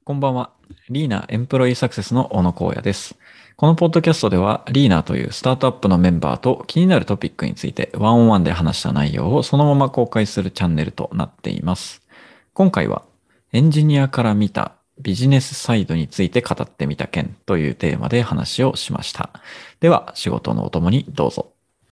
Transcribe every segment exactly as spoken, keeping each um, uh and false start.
こんばんは。リーナエンプロイーサクセスの小野光也です。このポッドキャストでは、リーナというスタートアップのメンバーと気になるトピックについてワンオンワンで話した内容をそのまま公開するチャンネルとなっています。今回は、エンジニアから見たビジネスサイドについて語ってみた件というテーマで話をしました。では、仕事のお供にどうぞ。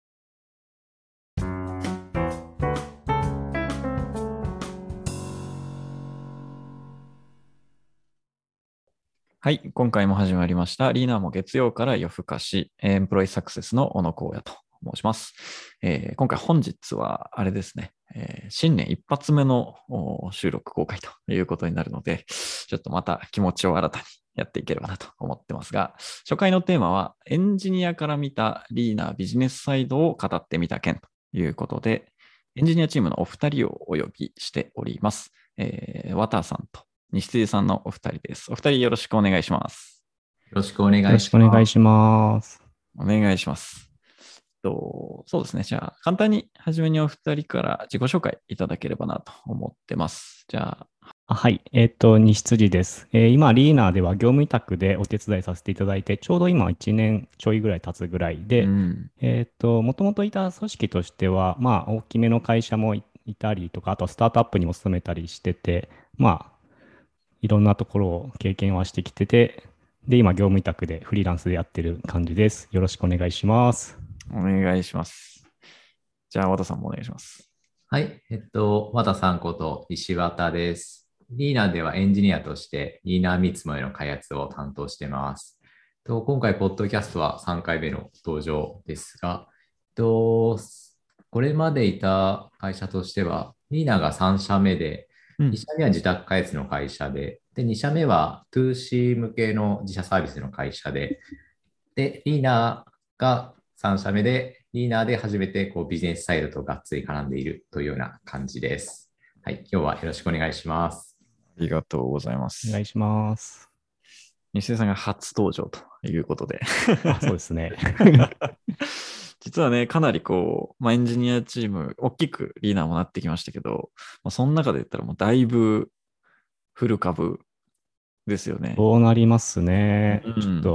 はい。今回も始まりました。リーナーも月曜から夜更かし、エンプロイサクセスの小野光也と申します。えー今回本日は、あれですね、えー新年一発目のお収録公開ということになるので、ちょっとまた気持ちを新たにやっていければなと思ってますが、初回のテーマは、エンジニアから見たリーナービジネスサイドを語ってみた件ということで、エンジニアチームのお二人をお呼びしております。えー、綿さんと西辻さんのお二人です。お二人よろしくお願いします。 よろしくお願よろしくおいします。 願いします。 お願いします。とそうですね。じゃあ、簡単に初めにお二人から自己紹介いただければなと思ってます。じゃあ、 あはい。えっと、西辻です。えー今、リーナーでは業務委託でお手伝いさせていただいて、ちょうど今いちねんちょいぐらい経つぐらいで、 うん。 えっと、もともといた組織としては、まあ、大きめの会社もいいたりとか、あとはスタートアップにも勤めたりしてて、まあ、いろんなところを経験はしてきてて、で、今、業務委託でフリーランスでやってる感じです。よろしくお願いします。 お願いします。じゃあ、和田さんもお願いします。 はい。えっと、和田さんこと石渡です。リーナではエンジニアとしてリーナー見積もりの開発を担当してます。と今回、ポッドキャストはさんかいめの登場ですが、とこれまでいた会社としては、リーナがさん社目で、いっうん。 社目は自宅開発の会社で、で、に社目は ツーシー 向けの自社サービスの会社で、で、リーナーがさん社目で、リーナーで初めてこうビジネスサイドとがっつり絡んでいるというような感じです。はい、今日はよろしくお願いします。 ありがとうございます。 お願いします。 西出さんが初登場ということで。 あ、そうですね。 実はね、かなりこう、まあ、エンジニアチーム、大きくリーダーもなってきましたけど、まあ、その中で言ったらもうだいぶフル株ですよね。 そうなりますね。 うん。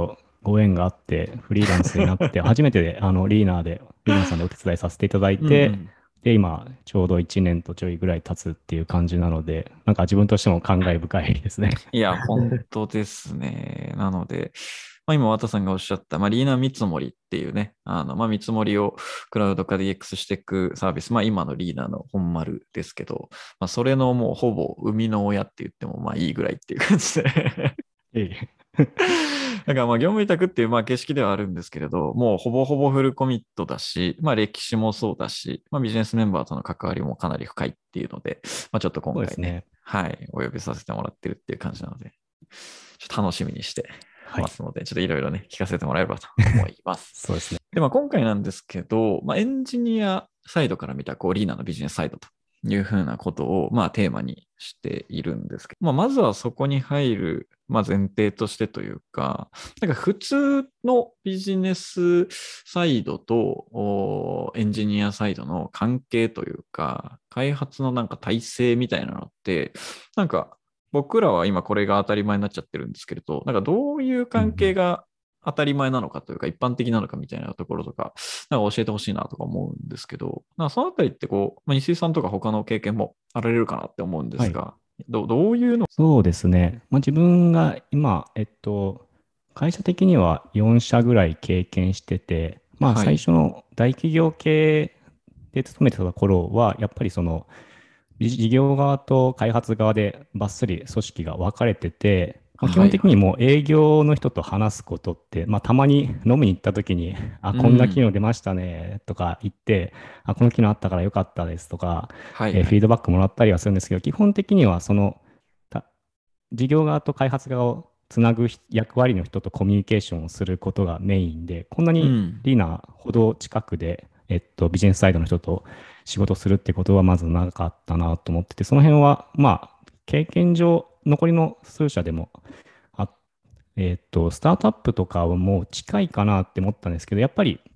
ちょっとご縁があって、フリーランスになって、初めてで、あの、リーナーで、リーナーさんでお手伝いさせていただいて、 うんうん。 で、今、ちょうどいちねんとちょいぐらい経つっていう感じなので、なんか自分としても感慨深いですね。 いや、本当ですね。なので、まあ、今、渡さんがおっしゃった、まあ、リーナ見積もりっていうね、あの、まあ、見積もりをクラウド化で ディーエックス していくサービス、まあ、今のリーナの本丸ですけど、まあ、それのもうほぼ生みの親って言ってもまあいいぐらいっていう感じでええ。 だからまあ業務委託っていうまあ形式ではあるんですけれど、もうほぼほぼフルコミットだし、まあ歴史もそうだし、まあビジネスメンバーとの関わりもかなり深いっていうので、まあちょっと今回ね、 そうですね。 はい、お呼びさせてもらってるっていう感じなので、ちょっと楽しみにしてはい。 ますので、ちょっといろいろね、聞かせてもらえればと思います。 そうですね。 で、まあ今回なんですけど、まあエンジニアサイドから見たこうリーナのビジネスサイドというふうなことを、まあ、テーマにしているんですけど、まあ、まずはそこに入る、まあ、前提としてというか、なんか普通のビジネスサイドとエンジニアサイドの関係というか、開発のなんか体制みたいなのって、なんか僕らは今これが当たり前になっちゃってるんですけれど、なんかどういう関係うんうん。 が当たり前なのかというか、一般的なのかみたいなところとか、なんか教えてほしいなとか思うんですけど、なんかそのあたりってこう、まあ、石井さんとか他の経験もあられるかなって思うんではい。 すが、どどういうの、 そうですね。まあ、自分が今、えっと、会社的にはよん社ぐらい経験してて、まあ、 はい。 最初の大企業系で勤めてた頃は、やっぱりその、事事業側と開発側でバッサリ組織が分かれてて、まあ、基はいはい。 本的にもう営業の人と話すことって、まあ、たまに飲みに行った時に、あ、 うこんな機ん。 能出ましたねとか言って、あ、この機能あったからよかったですとか、 はいはい。 えーフィードバックもらったりはするんですけど、基本的にはその、た事業側と開発側をつなぐ役割の人とコミュニケーションをすることがメインで、こんなにうん。 リーナほど近くで、えっと、ビジネスサイドの人と仕事するってことはまずなかったなと思ってて、その辺は、まあ、経験上、残りの数社でも、あ、えっと、スタートアップとかはもう近いかなって思ったんですけど、やっぱり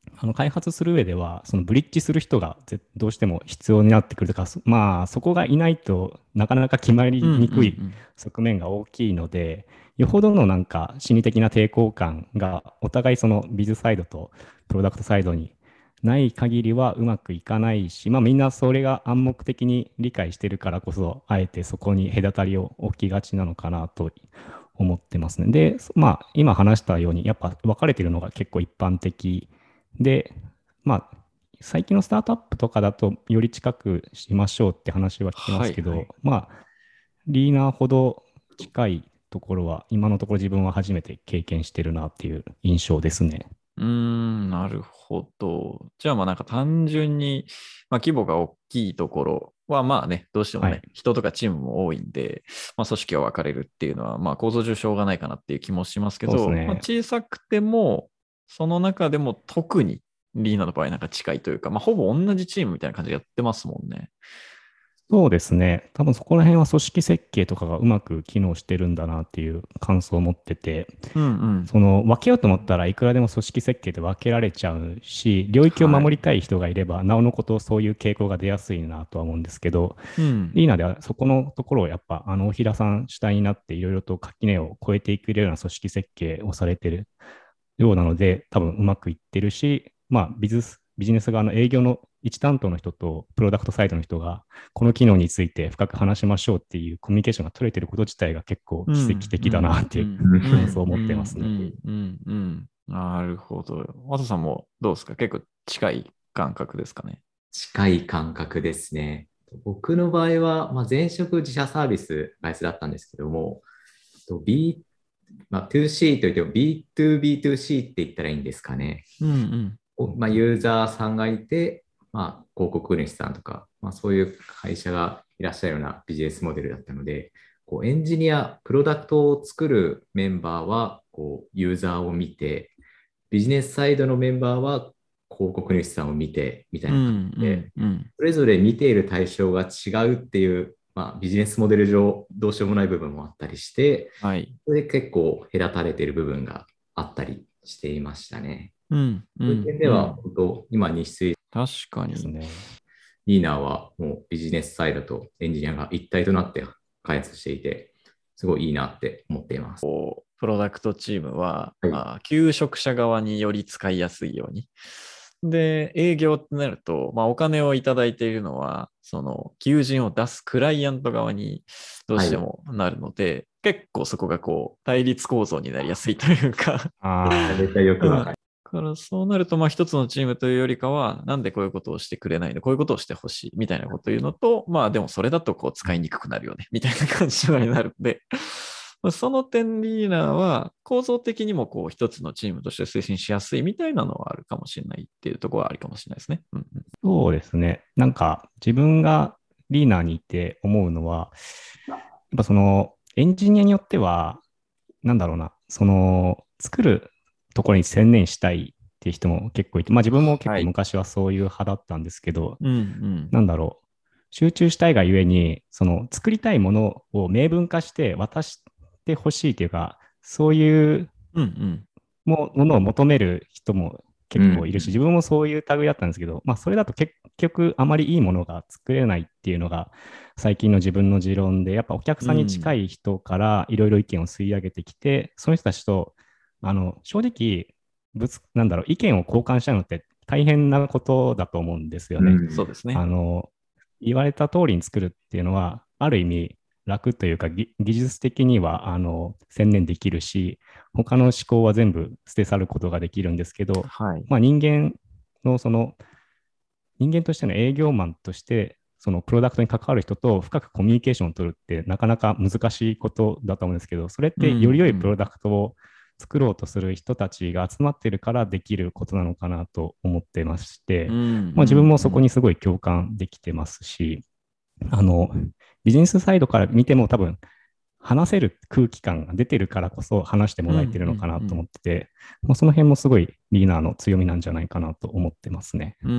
あの開発する上では、そのブリッジする人がぜどうしても必要になってくるとか、そまあ、そこがいないとなかなか決まりうんうんにくいうん側面が大きいので、よほどのなんか心理的な抵抗感がお互いそのビズサイドとプロダクトサイドにない限りはうまくいかないし、まあ、みんなそれが暗黙的に理解してるからこそ、あえてそこに隔たりを置きがちなのかなと思ってますね。で、まあ、今話したように、やっぱ分かれているのが結構一般的で、まあ、最近のスタートアップとかだとより近くしましょうって話は聞きますけど、 はいはいまあ、リーナーほど近いところは、今のところ自分は初めて経験してるなっていう印象ですね。 うーん、なるほど。じゃあまあなんか単純に、まあ、規模が大きいところはまあね、どうしてもね、 はい人とかチームも多いんで、まあ、組織が分かれるっていうのは、まあ構造上しょうがないかなっていう気もしますけそうですど、まあ、 ね。 小さくても、その中でも特にリーナの場合なんか近いというか、まあほぼ同じチームみたいな感じでやってますもんね。 そうですね。多分そこら辺は組織設計とかがうまく機能してるんだなっていう感想を持ってて、 うんうん。 その分けようと思ったらいくらでも組織設計で分けられちゃうし、領域をはい。 守りたい人がいれば、なおのことそういう傾向が出やすいなとは思うんですけど、 うん。 リーナではそこのところをやっぱ、あの、大平さん主体になっていろいろと垣根を越えていくような組織設計をされてるようなので、多分うまくいってるし、まあ、ビズス、ビジネス側の営業の一担当の人とプロダクトサイドの人が、この機能について深く話しましょうっていうコミュニケーションが取れてること自体が結構うん奇跡的だなっていううんうんうん感想を持ってますね。 うんうんうんなるほど。ワトさんもどうですか？結構近い感覚ですかね。 近い感覚ですね。僕の場合は、まあ、前職自社サービスベースだったんですけども、と B、まあ、ツーシー といっても ビーツービーツーシー って言ったらいいんですかね。 うんうんおまあ、ユーザーさんがいて、まあ、広告主さんとか、まあ、そういう会社がいらっしゃるようなビジネスモデルだったので、こうエンジニア、プロダクトを作るメンバーはこうユーザーを見て、ビジネスサイドのメンバーは広告主さんを見てみたういな感じで、 んうんうんそれぞれ見ている対象が違うっていう、まあ、ビジネスモデル上どうしようもない部分もあったりして、 はい。 それで結構隔たれている部分があったりしていましたね。 うんうそういうん点では、 うん。 本当、今、日水確かに。 ですね。 リーナーはもうビジネスサイドとエンジニアが一体となって開発していて、すごいいいなって思っています。 プロダクトチームは、 はいあ求職者側により使いやすいように。で、営業ってなると、まあ、お金をいただいているのは、その、求人を出すクライアント側にどうしてもなるので、結構そこがこう、対立構造になりやすいというかあめっちゃよくわかる。 だからそうなると、まあ一つのチームというよりかは、なんでこういうことをしてくれないの、こういうことをしてほしいみたいなことを言うのと、まあでもそれだとこう使いにくくなるよね、みたいな感じになるんで、まあその点リーダーは構造的にもこう一つのチームとして推進しやすいみたいなのはあるかもしれないっていうところはあるかもしれないですね。うんうん、 そうですね。なんか自分がリーナーにいて思うのは、やっぱそのエンジニアによっては、なんだろうな、その作るところに専念したいっていう人も結構いて、まあ自分も結構はい。 昔はそういう派だったんですけど、 うんうん。 なんだろう、集中したいがゆえに、その作りたいものを明文化して渡してほしいというか、そういううんうん。 もものを求める人も結構いるし、 うん自分もそういう類だったんですけど、まあそれだと結局あまりいいものが作れないっていうのが最近の自分の持論で、やっぱお客さんに近い人からいろいろ意見を吸い上げてきて、その人たちとあの正直ぶつ、なんだろう、意見を交換したのって大変なことだと思うんですよね。 うんそうですね。 あの言われた通りに作るっていうのは、ある意味楽というか、ぎ技術的にはあの専念できるし、他の思考は全部捨て去ることができるんですけど、 はい。 まあ、人間のその人間としての営業マンとしてそのプロダクトに関わる人と深くコミュニケーションを取るってなかなか難しいことだと思うんですけど、それってより良いプロダクトを作ろうとする人たちが集まっているからできることなのかなと思ってまして、 うんうんまあ、自分もそこにすごい共感できてますし、あのビジネスサイドから見ても多分話せる空気感が出てるからこそ話してもらえてるのかなと思ってて、まあ、その辺もすごいリーナーの強みなんじゃないかなと思ってますね。 うん。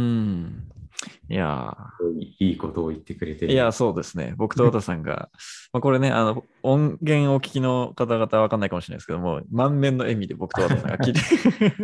いやいいことを言ってくれてー、 る。 いや、そうですね。僕と太田さんが、まあこれね、あの、音源をお聞きの方々はわかんないかもしれないですけども、満面の笑みで僕と太田さんが聞いて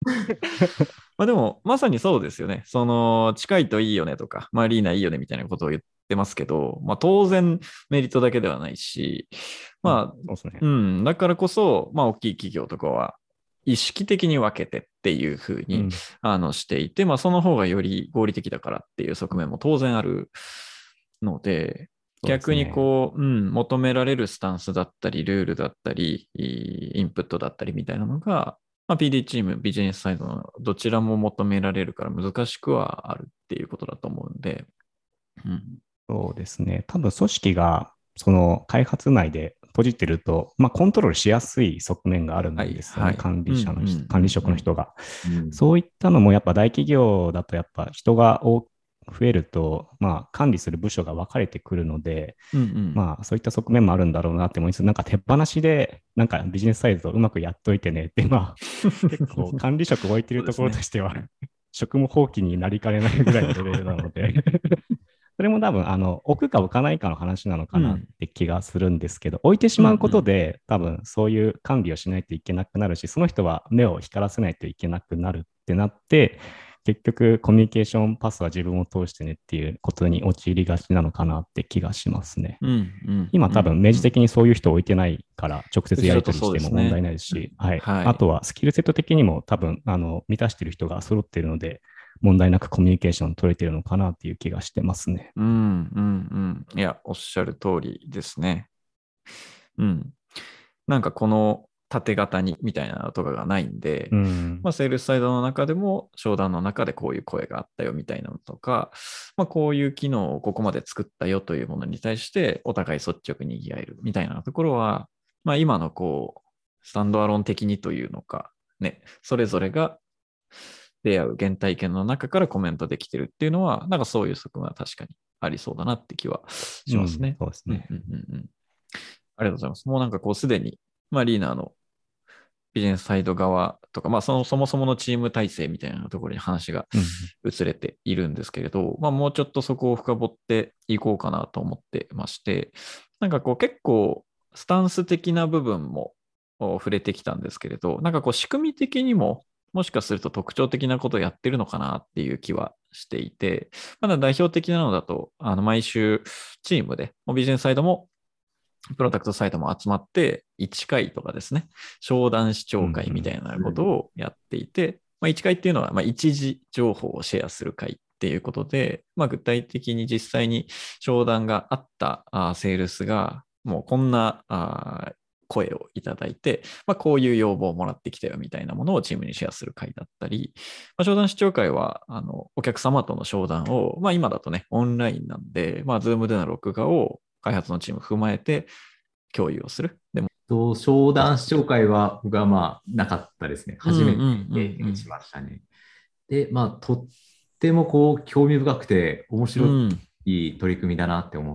まあでも、まさにそうですよね。その、近いといいよねとか、まあリーナいいよねみたいなことを言ってますけど、まあ当然メリットだけではないし、まあ、 そうですね。 うん、だからこそ、まあ大きい企業とかは、意識的に分けてっていうふうに、 うん、 あのしていて、まあその方がより合理的だからっていう側面も当然あるので、逆にそうですね。 こう、うん、求められるスタンスだったり、ルールだったり、インプットだったりみたいなのが、まあ、ピーディー チーム、ビジネスサイドのどちらも求められるから難しくはあるっていうことだと思うんで、うん、 そうですね。多分組織がその開発内で閉じてると、まあ、コントロールしやすい側面があるはい、 んですよね。 はい。 管理者の人、 うんうん管理職の人が。 うんそういったのもやっぱ大企業だとやっぱ人が多増えると、まあ、管理する部署が分かれてくるので、 うんうんまあ、そういった側面もあるんだろうなって思います。なんか手放しで、なんかビジネスサイズをうまくやっといてねって、まあ、結構管理職置いてるところとしては、職務放棄になりかねないぐらいのレベルなのでそれも多分、あの、置くか置かないかの話なのかなって気がするんですけど、置いてしまうことで、多分そういう管理をしないといけなくなるし、その人は目を光らせないといけなくなるってなって、結局コミュニケーションパスは自分を通してねっていうことに陥りがちなのかなって気がしますね。 うんうん今多分明示的にそういう人を置いてないから直接やり取りしてもうちだとそうですね問題ないですし、はい。 はいあとはスキルセット的にも多分あの満たしている人が揃っているので、問題なくコミュニケーション取れているのかなっていう気がしてますね。 うんうんうん。いや、おっしゃる通りですね。うん。なんかこの縦型にみたいなのとかがないんで、 うん。 まあ、セールスサイドの中でも商談の中でこういう声があったよみたいなのとか、まあ、こういう機能をここまで作ったよというものに対してお互い率直に言い合えるみたいなところは、まあ、今のこう、スタンドアローン的にというのか、ね、それぞれが出会う原体験の中からコメントできてるっていうのは、なんかそういう側面は確かにありそうだなって気はしますね。 うん、そうですね。 うんうんうんうん。ありがとうございます。もうなんかこうすでに、まあリーナーのビジネスサイド側とか、まあそのそもそものチーム体制みたいなところに話がうん。 移れているんですけれど、まあもうちょっとそこを深掘っていこうかなと思ってまして、なんかこう結構スタンス的な部分も触れてきたんですけれど、なんかこう仕組み的にももしかすると特徴的なことをやってるのかなっていう気はしていて、まだ代表的なのだと、あの毎週チームで、ビジネスサイドもプロダクトサイトも集まって、いち会とかですね、商談視聴会みたいなことをやっていて、まあ、いち会っていうのは、まあ、一時情報をシェアする会っていうことで、まあ、具体的に実際に商談があったあセールスが、もうこんなあ声をいただいて、まあ、こういう要望をもらってきたよみたいなものをチームにシェアする会だったり、まあ、商談視聴会は、あの、お客様との商談を、まあ、今だとね、オンラインなんで、まあ、ズームでの録画を開発のチーム踏まえて共有をする。でも、 と、商談視聴会は僕はまあなかったですね。初めて経験しましたね。で、まあ、とってもこう、興味深くて面白い取り組みだなって思って、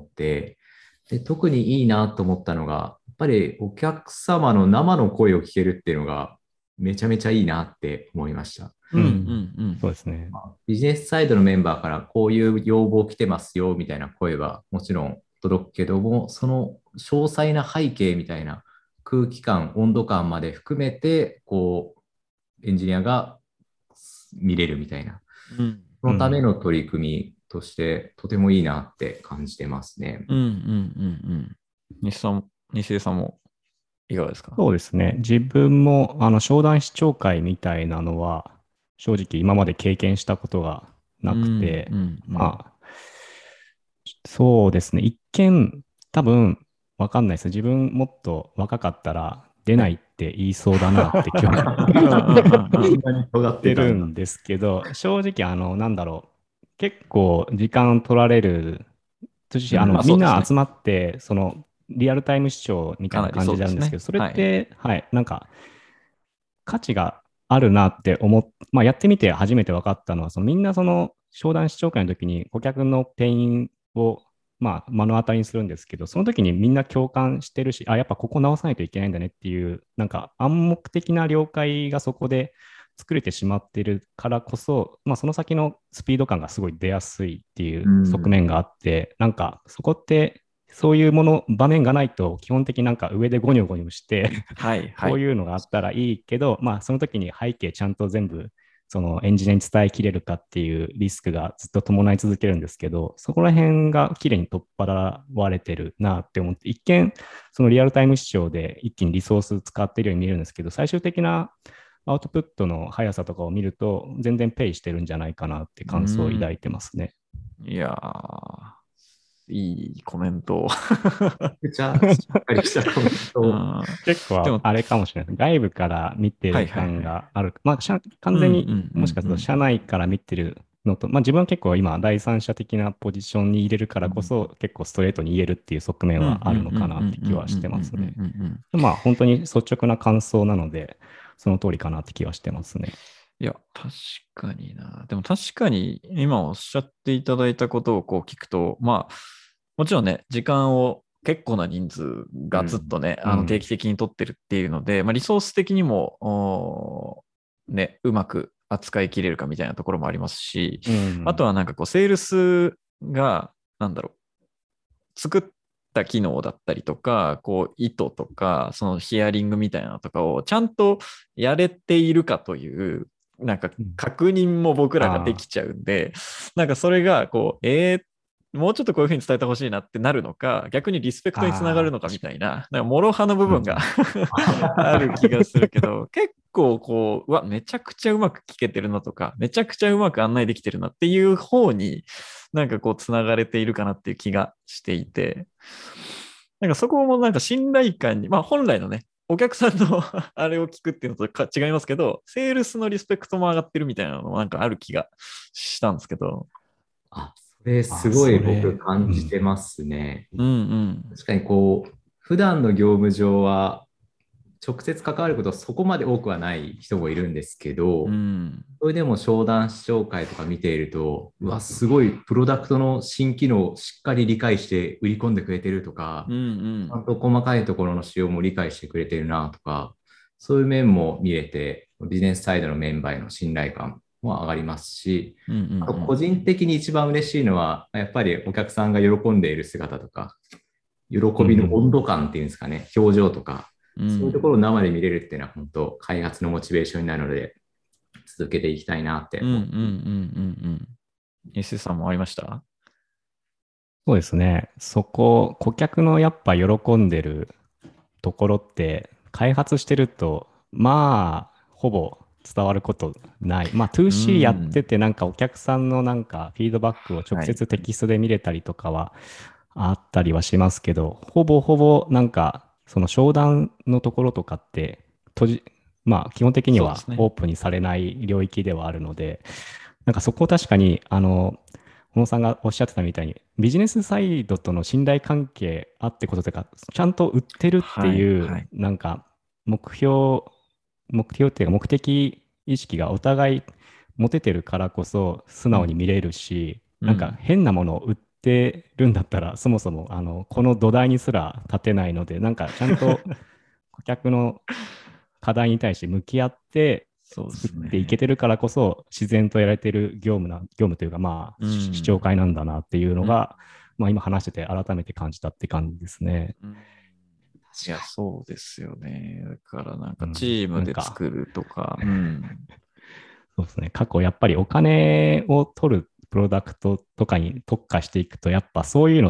で、特にいいなと思ったのが、やっぱりお客様の生の声を聞けるっていうのがめちゃめちゃいいなって思いました。 うん、うん、そうですね。 ビジネスサイドのメンバーからこういう要望来てますよみたいな声はもちろん届くけども、その詳細な背景みたいな空気感、温度感まで含めて、こう、エンジニアが見れるみたいな。うん、そのための取り組みとして、とてもいいなって感じてますね。 うんうんうんうん。西さん、西江さんもいかがですか？ そうですね。自分も、あの、商談視聴会みたいなのは、正直今まで経験したことがなくて、うんうんうん、まあ、そうですね。一見、多分、わかんないです。自分もっと若かったら出ないって言いそうだなって今日言ってるんですけど、正直、あの、なんだろう。結構時間取られる、あの、うん、みんな集まって、その、リアルタイム視聴みたいな感じなんですけど、それって、はい、はい、なんか、価値があるなって思っ、まあ、やってみて初めて分かったのは、そのみんなその商談視聴会の時に顧客のペインを、まあ、目の当たりにするんですけど、その時にみんな共感してるし、あ、やっぱここ直さないといけないんだねっていう、なんか暗黙的な了解がそこで作れてしまっているからこそ、まあ、その先のスピード感がすごい出やすいっていう側面があって、うん、なんかそこってそういうもの、場面がないと、基本的になんか上でゴニョゴニョして、 はいはい。 こういうのがあったらいいけど、まあ、その時に背景ちゃんと全部、そのエンジニアに伝えきれるかっていうリスクがずっと伴い続けるんですけど、そこら辺が綺麗に取っ払われてるなって思って、一見、そのリアルタイム視聴で一気にリソース使ってるように見えるんですけど、最終的なアウトプットの速さとかを見ると、全然ペイしてるんじゃないかなってう感想を抱ん。 いてますね。 いやー、いいコメントを。 めちゃくちゃしっかりしたコメントうを。 ん、 結でも、 構あれかもしれない。外部から見てはいるはいはい。 感がある。まあ、社完うんうん全にもしかするとうん社内から見てるのと、まあ自分は結構今第三者的なポジションに入れるからこうん。 そ結構ストレートに言えるっていう側面うんうんはあるのかなって気はしてますね。 うんうんうんうんうんうんうん。 まあ本当に率直な感想なので、その通りかなって気はしてますね。 いや、確かにな。でも確かに今おっしゃっていただいたことをこう聞くと、まあ、もちろんね、時間を結構な人数がずっとね、あの定うん。 期的に取ってるっていうので、まあ、リソース的にも、おーね、うまく扱いきれるかみたいなところもありますし、 うん。 あとはなんかこう、セールスが、なんだろう、作った機能だったりとか、こう意図とか、そのヒアリングみたいなのとかをちゃんとやれているかという、なんかうん確認も僕らがであきちゃうんで、なんかそれがこう、えー、もうちょっとこういうふうに伝えてほしいなってなるのか、逆にリスペクあ、 トにつながるああ、 のかみ確かに。 たいな、なんか諸刃の部分がうん。 ある気がするけど、結構こう、うわ、めちゃくちゃうまく聞けてるなとか、めちゃくちゃうまく案内できてるなっていう方に、なんかこう、つながれているかなっていう気がしていて、なんかそこもなんか信頼感に、まあ本来のね、お客さんのあれを聞くっていうのとか違いますけど、セールスのリスペクトも上がってるみたいなのもなんかある気がしたんですけど。 あ、それすあ、 ごい僕それ、 感じうん。 てますね。 うんうん。 確かにこう、普段の業務上は直接関わることはそこまで多くはない人もいるんですけうど、 ん。 それでも商談視聴会とか見ていると、うわ、すごいプロダクトの新機能をしっかり理解して売り込んでくれてるとか、 うんうちゃんん。 と細かいところの仕様も理解してくれてるなとか、そういう面も見れて、ビジネスサイドのメンバーへの信頼感も上がりますし、 うんうんうあと個ん。 人的に一番嬉しいのは、やっぱりお客さんが喜んでいる姿とか、喜びのうん。 温度感っていうんですかね、表情とか、 うそういうところんを生で見れるっていうのは本当開発のモチベーションになるので、続けていきたいなってうんうんうんう思って。 ん。エスさんもありました？ そうですね。そこ、顧客のやっぱ喜んでるところって、開発してると、まあ、ほぼ伝わることない。まあ、 うツーシー やってん。 て、なんかお客さんのなんかフィードバックを直はい。 接テキストで見れたりとかはあったりはしますけど、ほぼほぼなんか、その商談のところとかって、閉じ、まあ、基本的にそうですね。 はオープンにされない領域ではあるので、なんかそこを確かに、あの、小野さんがおっしゃってたみたいに、ビジネスサイドとの信頼関係あってこととか、ちゃんと売ってるってはい。 いう、 はい。 なんか、目標、目標っていうか、目的意識がお互い持ててるからこそ、素うん。 直に見れるし、なんかうん。 変なものを売ってるんだったら、そもそも、あの、この土台にすら立てないので、なんかちゃんと顧客の課題に対して向き合ってそうで作っすね。 ていけてるからこそ自然とやられてる業務な、業務というかまあうし視聴ん。 会なんだなっていうのうん。 が、まあ今話してて改めて感じたって感じですね。 うん。いや、そうですよね。だからなんかチうん。 ームでなんか、 作るとか、うん。 そうですね。過去やっぱりお金を取るプロダクトとかに特化していくと、やっぱそういうのって、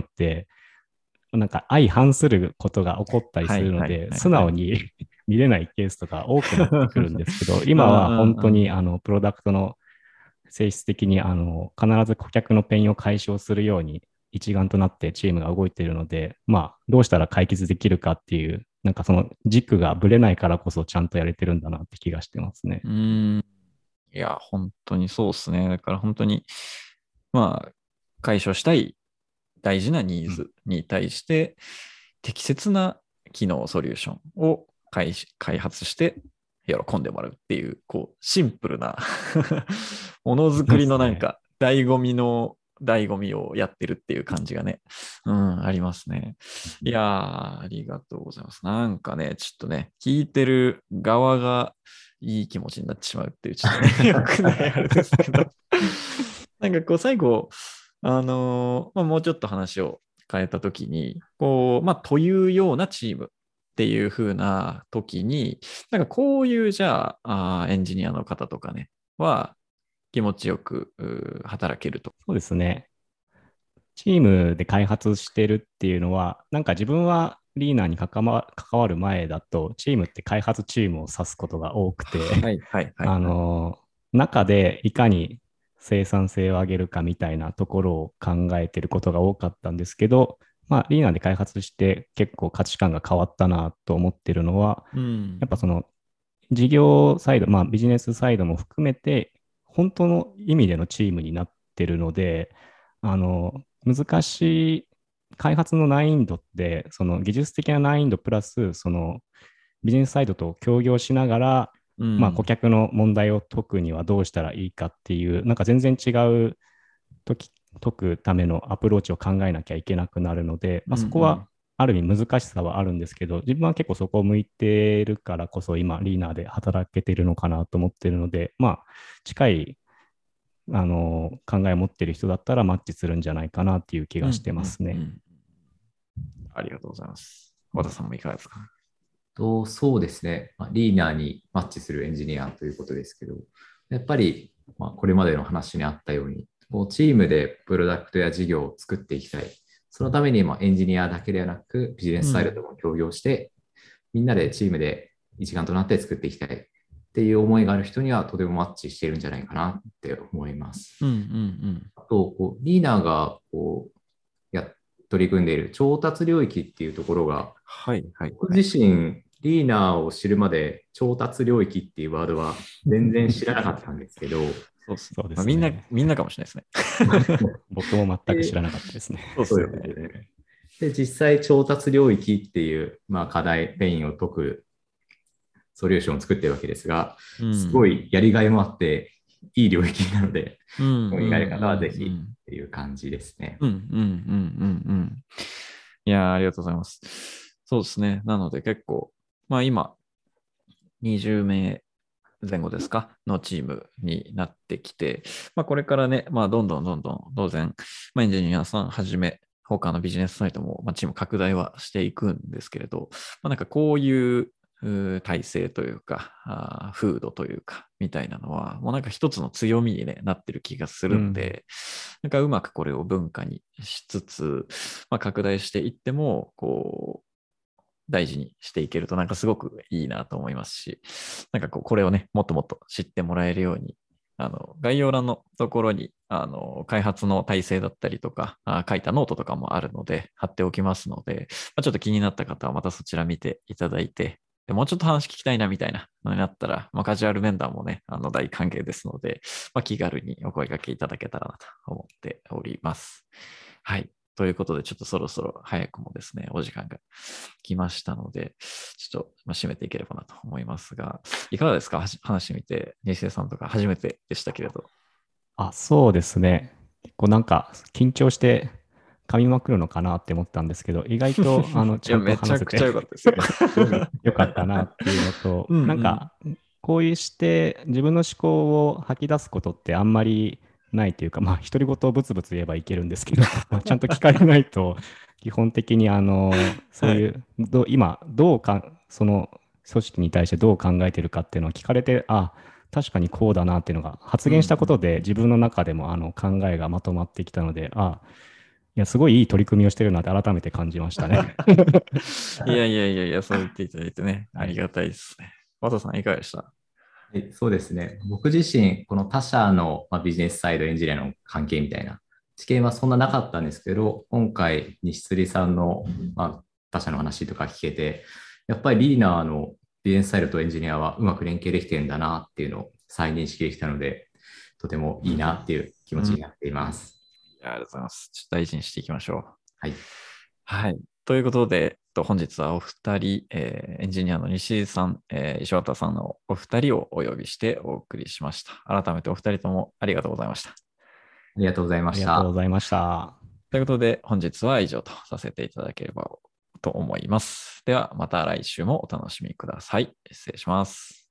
なんか相反することが起こったりはいはいするので、素はいはい。 直に見れないケースとか多くなってくるんですけど、 うん今は本当うんにあのプロダクトの性質的にあの必ず顧客のペインを解消するように一丸となってチームが動いているので、まあ、どうしたら解決できるかっていう、なんかその軸がぶれないからこそちゃんとやれてるんだなって気がしてますね。 うん。うん。いや、本当にそうですね。だから本当に、まあ、解消したい大事なニーうん。 ズに対して、適切な機能ソリューションを開開発して喜んでもらうっていう、こう、シンプルなものづくりのそうですね。 なんか、醍醐味の醍醐味をやってるっていう感じがね、うん、ありますね。いやー、ありがとうございます。なんかね、ちょっとね、聞いてる側がいい気持ちになってしまうっていう、ちょっとね、よくないあれですけど、なんかこう、最後、あのーまあ、もうちょっと話を変えたときに、こう、まあ、というようなチームっていう風な時に、なんかこういうじゃあ、あエンジニアの方とかね、は気持ちよく働けると。 そうですね。チームで開発してるっていうのは、なんか自分はリーナーに関わ関わる前だと、チームって開発チームを指すことが多くて、 はいはいはい、はい。 あの、中でいかに生産性を上げるかみたいなところを考えてることが多かったんですけど、まあ、リーナーで開発して結構価値観が変わったなと思ってるのは、 うん、 やっぱその事業サイド、まあビジネスサイドも含めて、本当の意味でのチームになってるので、あの、難しい開発の難易度って、その技術的な難易度プラス、そのビジネスサイドと協業しながら、 うん、 まあ顧客の問題を解くにはどうしたらいいかっていう、なんか全然違う時解くためのアプローチを考えなきゃいけなくなるので、まあ、そこはある意味難しさはあるんですけど、自分は結構そこを向いてるからこそ今リーナーで働けてるのかなと思ってるので、まあ近いあの考えを持ってる人だったらマッチするんじゃないかなっていう気がしてますね。 うんうんうん、ありがとうございます。和田さんもいかがですか？ とそうですね、まあ、リーナーにマッチするエンジニアということですけど、やっぱり、まあ、これまでの話にあったように、こうチームでプロダクトや事業を作っていきたい。そのためにまあエンジニアだけではなく、ビジネスサイドとも協業して、うん、みんなでチームで一丸となって作っていきたいっていう思いがある人にはとてもマッチしているんじゃないかなって思います。 うんうんうん、 あとこう、リーナーがこうや取り組んでいる調達領域っていうところが、 はいはい、 僕自身、リーナーを知るまで調達領域っていうワードは全然知らなかったんですけど、 そうそうですね、 まあ、みんな、みんなかもしれないですね。 僕も全く知らなかったですね。 そうですよね。 で、実際調達領域っていう、まあ、課題、ペインを解くソリューションを作ってるわけですが、うん、すごいやりがいもあって、いい領域なので、興味がある方はぜひっていう感じですね。 うんうんうんうんうん。いや、ありがとうございます。そうですね。なので結構、まあ今、にじゅうめいぜん後ですかのチームになってきて、まあこれからね、まあどんどんどんどん当然、まあ、エンジニアさんはじめ、他のビジネスサイトも、まあ、チーム拡大はしていくんですけれど、まあ、なんかこういう体制というか、風土というか、みたいなのは、もうなんか一つの強みに、ね、なってる気がするんで、うん、なんかうまくこれを文化にしつつ、まあ、拡大していっても、こう、大事にしていけるとなんかすごくいいなと思いますし、なんかこう、これをね、もっともっと知ってもらえるように、あの、概要欄のところに、あの、開発の体制だったりとか、あ書いたノートとかもあるので、貼っておきますので、まあ、ちょっと気になった方はまたそちら見ていただいて、でもうちょっと話聞きたいなみたいなのになったら、まあ、カジュアル面談もね、あの大歓迎ですので、まあ、気軽にお声掛けいただけたらなと思っております。はい。ということで、ちょっとそろそろ早くもですね、お時間が来ましたので、ちょっと、まあ、締めていければなと思いますが、いかがですか？話してみて、西江さんとか初めてでしたけれど。 あ、そうですね。結構なんか緊張して噛みまくるのかなって思ったんですけど、意外とあのちゃんと話せてよかったですよ。 よかったなっていうのと、うん、うん、なんかこういうして自分の思考を吐き出すことってあんまりないというか、まあ独り言をブツブツ言えばいけるんですけど、ちゃんと聞かれないと基本的にあのそういう、はい、ど今どうかその組織に対してどう考えてるかっていうのを聞かれて、あ、確かにこうだなっていうのが発言したことで自分の中でもあの考えがまとまってきたので、あ、いや、すごいいい取り組みをしてるなって改めて感じましたね。 いやいやいやいや、そう言っていただいてね、ありがたいですね。和田さん、いかがでした？ はい、そうですね。僕自身、この他社のビジネスサイドエンジニアの関係みたいな知見はそんななかったんですけど、今回、西釣さんの、まあ、他社の話とか聞けて、やっぱりリーナーのビジネスサイドとエンジニアはうまく連携できてるんだなっていうのを再認識できたので、とてもいいなっていう気持ちになっています。 うん、ありがとうございます。ちょっと大事にしていきましょう。 はい。 はい。ということで、本日はお二人、えー、エンジニアの西井さん、えー、石渡さんのお二人をお呼びしてお送りしました。改めてお二人ともありがとうございました。ありがとうございました。 ありがとうございました。 ということで、本日は以上とさせていただければと思います。では、また来週もお楽しみください。失礼します。